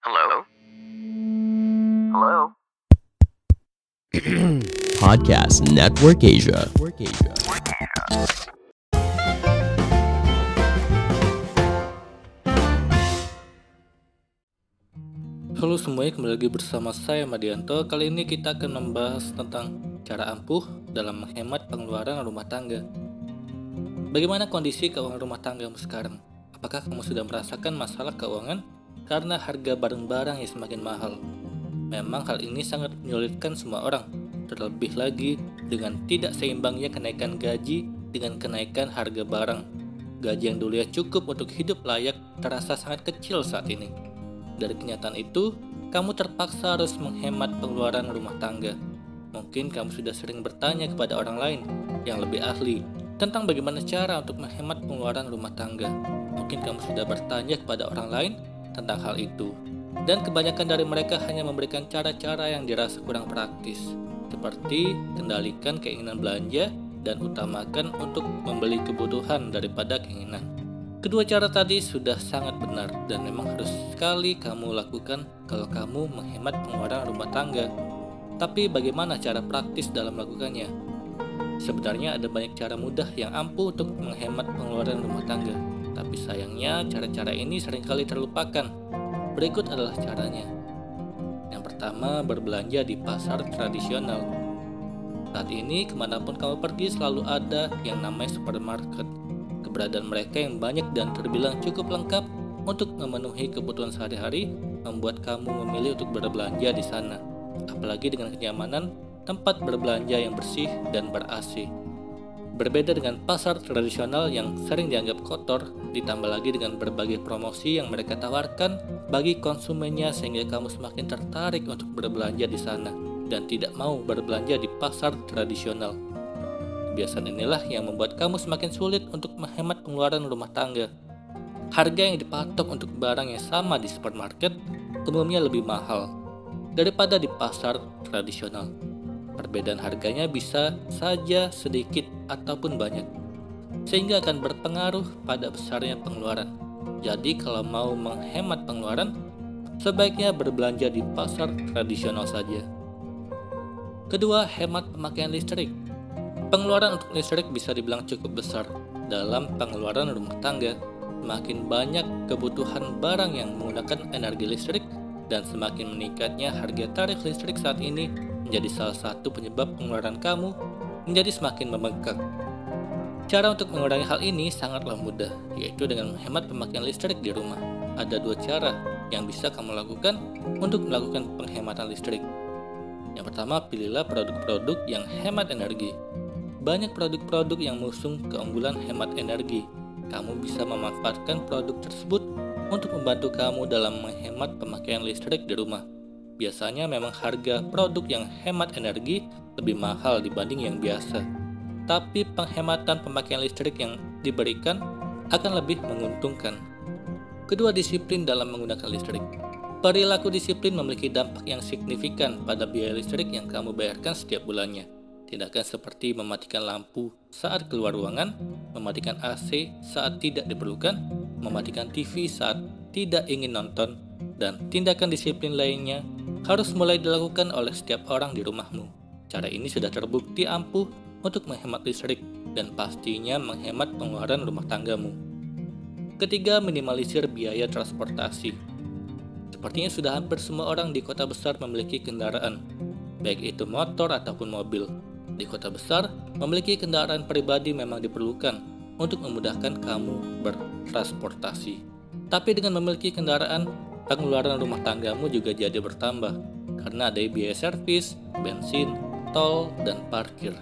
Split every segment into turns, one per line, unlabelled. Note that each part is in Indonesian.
Hello? Hello?
Podcast Network Asia.
Halo semuanya, kembali lagi bersama saya Madianto. Kali ini kita akan membahas tentang cara ampuh dalam menghemat pengeluaran rumah tangga. Bagaimana kondisi keuangan rumah tanggamu sekarang? Apakah kamu sudah merasakan masalah keuangan karena harga barang-barang yang semakin mahal? Memang hal ini sangat menyulitkan semua orang, terlebih lagi dengan tidak seimbangnya kenaikan gaji dengan kenaikan harga barang. Gaji yang dulunya cukup untuk hidup layak terasa sangat kecil saat ini. Dari kenyataan itu, kamu terpaksa harus menghemat pengeluaran rumah tangga. Mungkin kamu sudah sering bertanya kepada orang lain yang lebih ahli tentang bagaimana cara untuk menghemat pengeluaran rumah tangga. Mungkin kamu sudah bertanya kepada orang lain tentang hal itu. Dan kebanyakan dari mereka hanya memberikan cara-cara yang dirasa kurang praktis, seperti kendalikan keinginan belanja dan utamakan untuk membeli kebutuhan daripada keinginan. Kedua cara tadi sudah sangat benar dan memang harus sekali kamu lakukan kalau kamu menghemat pengeluaran rumah tangga. Tapi bagaimana cara praktis dalam melakukannya? Sebenarnya ada banyak cara mudah yang ampuh untuk menghemat pengeluaran rumah tangga. Tapi sayangnya cara-cara ini seringkali terlupakan. Berikut adalah caranya. Yang pertama, berbelanja di pasar tradisional. Saat ini kemanapun kamu pergi selalu ada yang namanya supermarket. Keberadaan mereka yang banyak dan terbilang cukup lengkap untuk memenuhi kebutuhan sehari-hari membuat kamu memilih untuk berbelanja di sana. Apalagi dengan kenyamanan tempat berbelanja yang bersih dan ber-AC. Berbeda dengan pasar tradisional yang sering dianggap kotor, ditambah lagi dengan berbagai promosi yang mereka tawarkan bagi konsumennya sehingga kamu semakin tertarik untuk berbelanja di sana dan tidak mau berbelanja di pasar tradisional. Kebiasaan inilah yang membuat kamu semakin sulit untuk menghemat pengeluaran rumah tangga. Harga yang dipatok untuk barang yang sama di supermarket umumnya lebih mahal daripada di pasar tradisional. Perbedaan harganya bisa saja sedikit ataupun banyak, sehingga akan berpengaruh pada besarnya pengeluaran. Jadi kalau mau menghemat pengeluaran, sebaiknya berbelanja di pasar tradisional saja. Kedua, hemat pemakaian listrik. Pengeluaran untuk listrik bisa dibilang cukup besar dalam pengeluaran rumah tangga. Semakin banyak kebutuhan barang yang menggunakan energi listrik dan semakin meningkatnya harga tarif listrik saat ini menjadi salah satu penyebab pengeluaran kamu menjadi semakin membengkak. Cara untuk mengurangi hal ini sangatlah mudah, yaitu dengan menghemat pemakaian listrik di rumah. Ada dua cara yang bisa kamu lakukan untuk melakukan penghematan listrik. Yang pertama, pilihlah produk-produk yang hemat energi. Banyak produk-produk yang mengusung keunggulan hemat energi. Kamu bisa memanfaatkan produk tersebut untuk membantu kamu dalam menghemat pemakaian listrik di rumah. Biasanya memang harga produk yang hemat energi lebih mahal dibanding yang biasa. Tapi penghematan pemakaian listrik yang diberikan akan lebih menguntungkan. Kedua, disiplin dalam menggunakan listrik. Perilaku disiplin memiliki dampak yang signifikan pada biaya listrik yang kamu bayarkan setiap bulannya. Tindakan seperti mematikan lampu saat keluar ruangan, mematikan AC saat tidak diperlukan, mematikan TV saat tidak ingin nonton, dan tindakan disiplin lainnya harus mulai dilakukan oleh setiap orang di rumahmu. Cara ini sudah terbukti ampuh untuk menghemat listrik dan pastinya menghemat pengeluaran rumah tanggamu. Ketiga, minimalisir biaya transportasi. Sepertinya sudah hampir semua orang di kota besar memiliki kendaraan, baik itu motor ataupun mobil. Di kota besar, memiliki kendaraan pribadi memang diperlukan untuk memudahkan kamu bertransportasi. Tapi dengan memiliki kendaraan, pengeluaran rumah tanggamu juga jadi bertambah karena ada biaya servis, bensin, tol, dan parkir.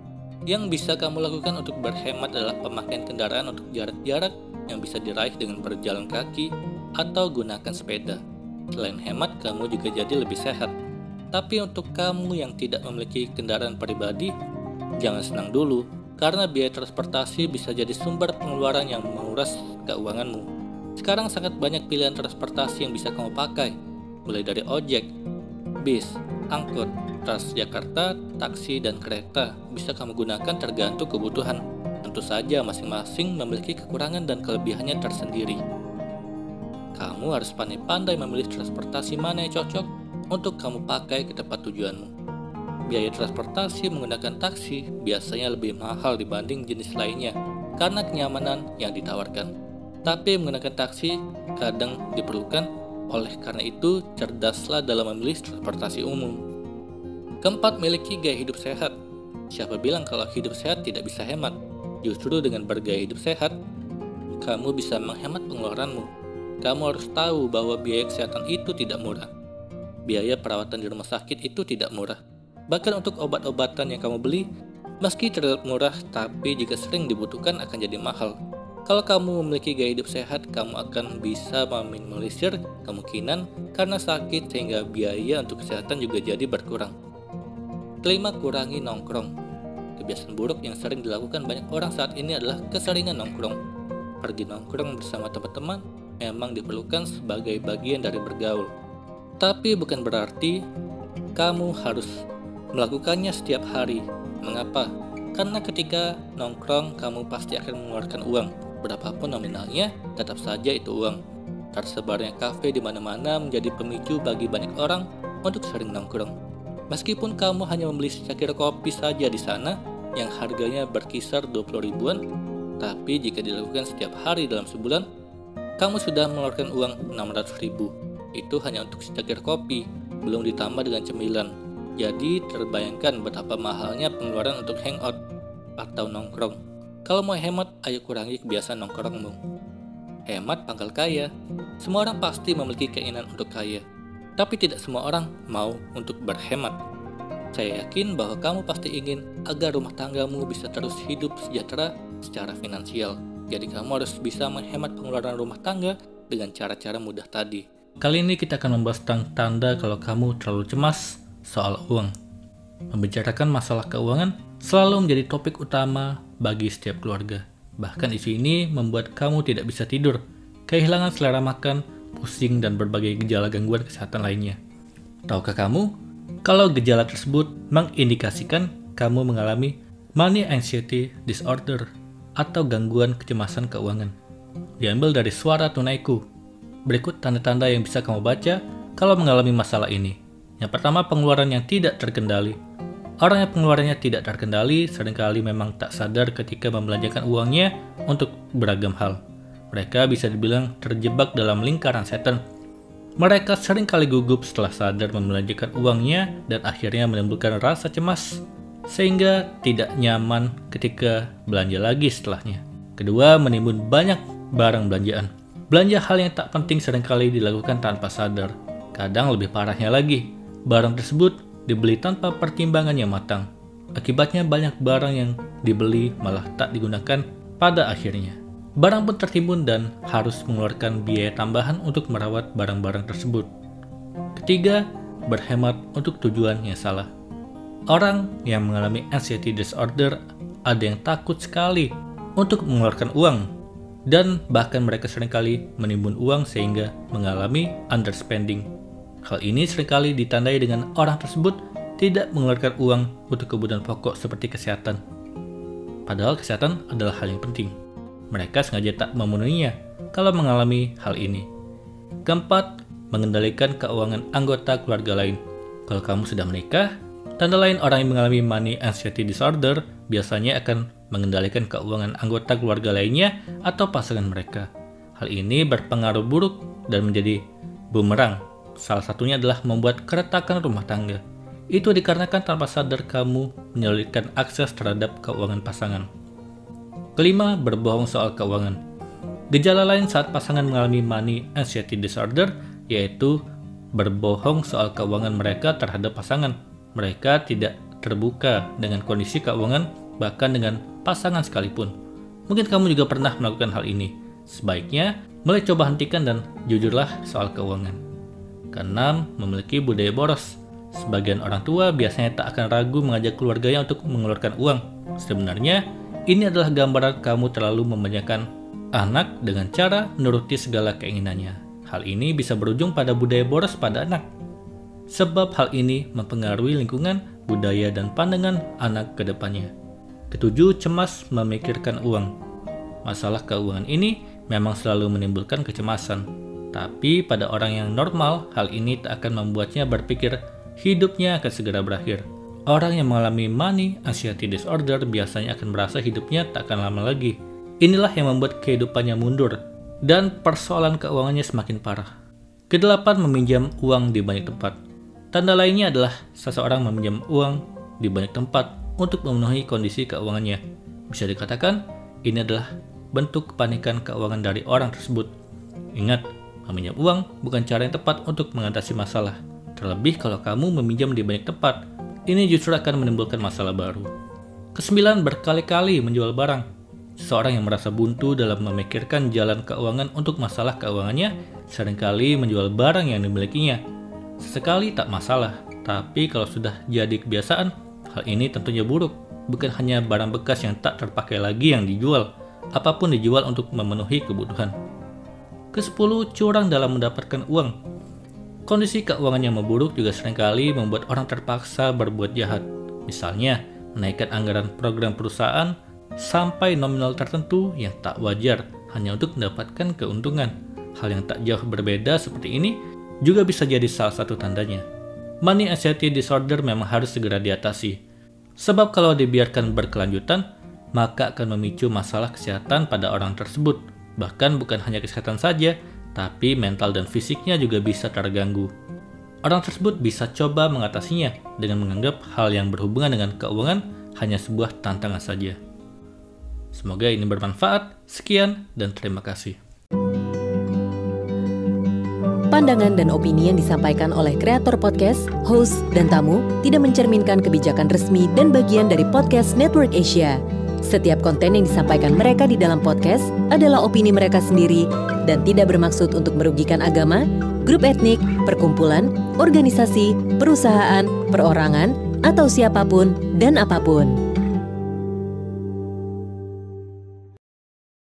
Yang bisa kamu lakukan untuk berhemat adalah pemakaian kendaraan untuk jarak-jarak yang bisa diraih dengan berjalan kaki atau gunakan sepeda. Selain hemat, kamu juga jadi lebih sehat. Tapi untuk kamu yang tidak memiliki kendaraan pribadi, jangan senang dulu, karena biaya transportasi bisa jadi sumber pengeluaran yang menguras keuanganmu. Sekarang sangat banyak pilihan transportasi yang bisa kamu pakai, mulai dari ojek, bis, angkot, Transjakarta, taksi, dan kereta bisa kamu gunakan tergantung kebutuhan. Tentu saja masing-masing memiliki kekurangan dan kelebihannya tersendiri. Kamu harus pandai-pandai memilih transportasi mana yang cocok untuk kamu pakai ke tempat tujuanmu. Biaya transportasi menggunakan taksi biasanya lebih mahal dibanding jenis lainnya karena kenyamanan yang ditawarkan. Tapi menggunakan taksi kadang diperlukan, oleh karena itu cerdaslah dalam memilih transportasi umum. Keempat, miliki gaya hidup sehat. Siapa bilang kalau hidup sehat tidak bisa hemat? Justru dengan bergaya hidup sehat, kamu bisa menghemat pengeluaranmu. Kamu harus tahu bahwa biaya kesehatan itu tidak murah. Biaya perawatan di rumah sakit itu tidak murah. Bahkan untuk obat-obatan yang kamu beli, meski terlihat murah, tapi jika sering dibutuhkan akan jadi mahal. Kalau kamu memiliki gaya hidup sehat, kamu akan bisa meminimalisir kemungkinan karena sakit sehingga biaya untuk kesehatan juga jadi berkurang. Kelima, kurangi nongkrong. Kebiasaan buruk yang sering dilakukan banyak orang saat ini adalah keseringan nongkrong. Pergi nongkrong bersama teman-teman memang diperlukan sebagai bagian dari bergaul. Tapi bukan berarti kamu harus melakukannya setiap hari. Mengapa? Karena ketika nongkrong, kamu pasti akan mengeluarkan uang. Berapapun nominalnya, tetap saja itu uang. Tersebarnya kafe di mana-mana menjadi pemicu bagi banyak orang untuk sering nongkrong. Meskipun kamu hanya membeli secangkir kopi saja di sana, yang harganya berkisar 20 ribuan, tapi jika dilakukan setiap hari dalam sebulan, kamu sudah mengeluarkan uang 600 ribu. Itu hanya untuk secangkir kopi, belum ditambah dengan cemilan. Jadi terbayangkan betapa mahalnya pengeluaran untuk hangout atau nongkrong. Kalau mau hemat, ayo kurangi kebiasaan nongkrongmu. Hemat pangkal kaya. Semua orang pasti memiliki keinginan untuk kaya, tapi tidak semua orang mau untuk berhemat. Saya yakin bahwa kamu pasti ingin agar rumah tanggamu bisa terus hidup sejahtera secara finansial. Jadi kamu harus bisa menghemat pengeluaran rumah tangga dengan cara-cara mudah tadi. Kali ini kita akan membahas tentang tanda kalau kamu terlalu cemas soal uang. Membicarakan masalah keuangan selalu menjadi topik utama bagi setiap keluarga. Bahkan isu ini membuat kamu tidak bisa tidur, kehilangan selera makan, pusing, dan berbagai gejala gangguan kesehatan lainnya. Tahukah kamu kalau gejala tersebut mengindikasikan kamu mengalami money anxiety disorder atau gangguan kecemasan keuangan? Diambil dari Suara Tunaiku. Berikut tanda-tanda yang bisa kamu baca kalau mengalami masalah ini. Yang pertama, pengeluaran yang tidak terkendali. Orang yang pengeluarannya tidak terkendali seringkali memang tak sadar ketika membelanjakan uangnya untuk beragam hal. Mereka bisa dibilang terjebak dalam lingkaran setan. Mereka seringkali gugup setelah sadar membelanjakan uangnya dan akhirnya menimbulkan rasa cemas sehingga tidak nyaman ketika belanja lagi setelahnya. Kedua, menimbun banyak barang belanjaan. Belanja hal yang tak penting seringkali dilakukan tanpa sadar. Kadang lebih parahnya lagi, barang tersebut dibeli tanpa pertimbangan yang matang. Akibatnya banyak barang yang dibeli malah tak digunakan pada akhirnya. Barang pun tertimbun dan harus mengeluarkan biaya tambahan untuk merawat barang-barang tersebut. Ketiga, berhemat untuk tujuan yang salah. Orang yang mengalami anxiety disorder ada yang takut sekali untuk mengeluarkan uang, dan bahkan mereka seringkali menimbun uang sehingga mengalami underspending. Hal ini seringkali ditandai dengan orang tersebut tidak mengeluarkan uang untuk kebutuhan pokok seperti kesehatan. Padahal kesehatan adalah hal yang penting. Mereka sengaja tak memenuhinya kalau mengalami hal ini. Keempat, mengendalikan keuangan anggota keluarga lain. Kalau kamu sudah menikah, tanda lain orang yang mengalami money anxiety disorder biasanya akan mengendalikan keuangan anggota keluarga lainnya atau pasangan mereka. Hal ini berpengaruh buruk dan menjadi bumerang. Salah satunya adalah membuat keretakan rumah tangga. Itu dikarenakan tanpa sadar kamu menyulitkan akses terhadap keuangan pasangan. Kelima, berbohong soal keuangan. Gejala lain saat pasangan mengalami money anxiety disorder yaitu berbohong soal keuangan mereka terhadap pasangan. Mereka tidak terbuka dengan kondisi keuangan, bahkan dengan pasangan sekalipun. Mungkin kamu juga pernah melakukan hal ini. Sebaiknya mulai coba hentikan dan jujurlah soal keuangan. Keenam, memiliki budaya boros. Sebagian orang tua biasanya tak akan ragu mengajak keluarganya untuk mengeluarkan uang. Sebenarnya, ini adalah gambaran kamu terlalu memanjakan anak dengan cara menuruti segala keinginannya. Hal ini bisa berujung pada budaya boros pada anak. Sebab hal ini mempengaruhi lingkungan, budaya, dan pandangan anak ke depannya. Ketujuh, cemas memikirkan uang. Masalah keuangan ini memang selalu menimbulkan kecemasan. Tapi pada orang yang normal, hal ini tak akan membuatnya berpikir hidupnya akan segera berakhir. Orang yang mengalami money anxiety disorder biasanya akan merasa hidupnya tak akan lama lagi. Inilah yang membuat kehidupannya mundur dan persoalan keuangannya semakin parah. Kedelapan, meminjam uang di banyak tempat. Tanda lainnya adalah seseorang meminjam uang di banyak tempat untuk memenuhi kondisi keuangannya. Bisa dikatakan, ini adalah bentuk kepanikan keuangan dari orang tersebut. Ingat, meminjam uang bukan cara yang tepat untuk mengatasi masalah. Terlebih kalau kamu meminjam di banyak tempat, ini justru akan menimbulkan masalah baru. Kesembilan, berkali-kali menjual barang. Seseorang yang merasa buntu dalam memikirkan jalan keuangan untuk masalah keuangannya, seringkali menjual barang yang dimilikinya. Sesekali tak masalah, tapi kalau sudah jadi kebiasaan, hal ini tentunya buruk. Bukan hanya barang bekas yang tak terpakai lagi yang dijual, apapun dijual untuk memenuhi kebutuhan. Ke-10, curang dalam mendapatkan uang. Kondisi keuangan yang memburuk juga seringkali membuat orang terpaksa berbuat jahat. Misalnya, menaikkan anggaran program perusahaan sampai nominal tertentu yang tak wajar hanya untuk mendapatkan keuntungan. Hal yang tak jauh berbeda seperti ini juga bisa jadi salah satu tandanya. Money anxiety disorder memang harus segera diatasi. Sebab kalau dibiarkan berkelanjutan, maka akan memicu masalah kesehatan pada orang tersebut. Bahkan bukan hanya kesehatan saja, tapi mental dan fisiknya juga bisa terganggu. Orang tersebut bisa coba mengatasinya dengan menganggap hal yang berhubungan dengan keuangan hanya sebuah tantangan saja. Semoga ini bermanfaat. Sekian dan terima kasih.
Pandangan dan opini yang disampaikan oleh kreator podcast, host, dan tamu tidak mencerminkan kebijakan resmi dan bagian dari podcast Network Asia. Setiap konten yang disampaikan mereka di dalam podcast adalah opini mereka sendiri dan tidak bermaksud untuk merugikan agama, grup etnik, perkumpulan, organisasi, perusahaan, perorangan, atau siapapun dan apapun.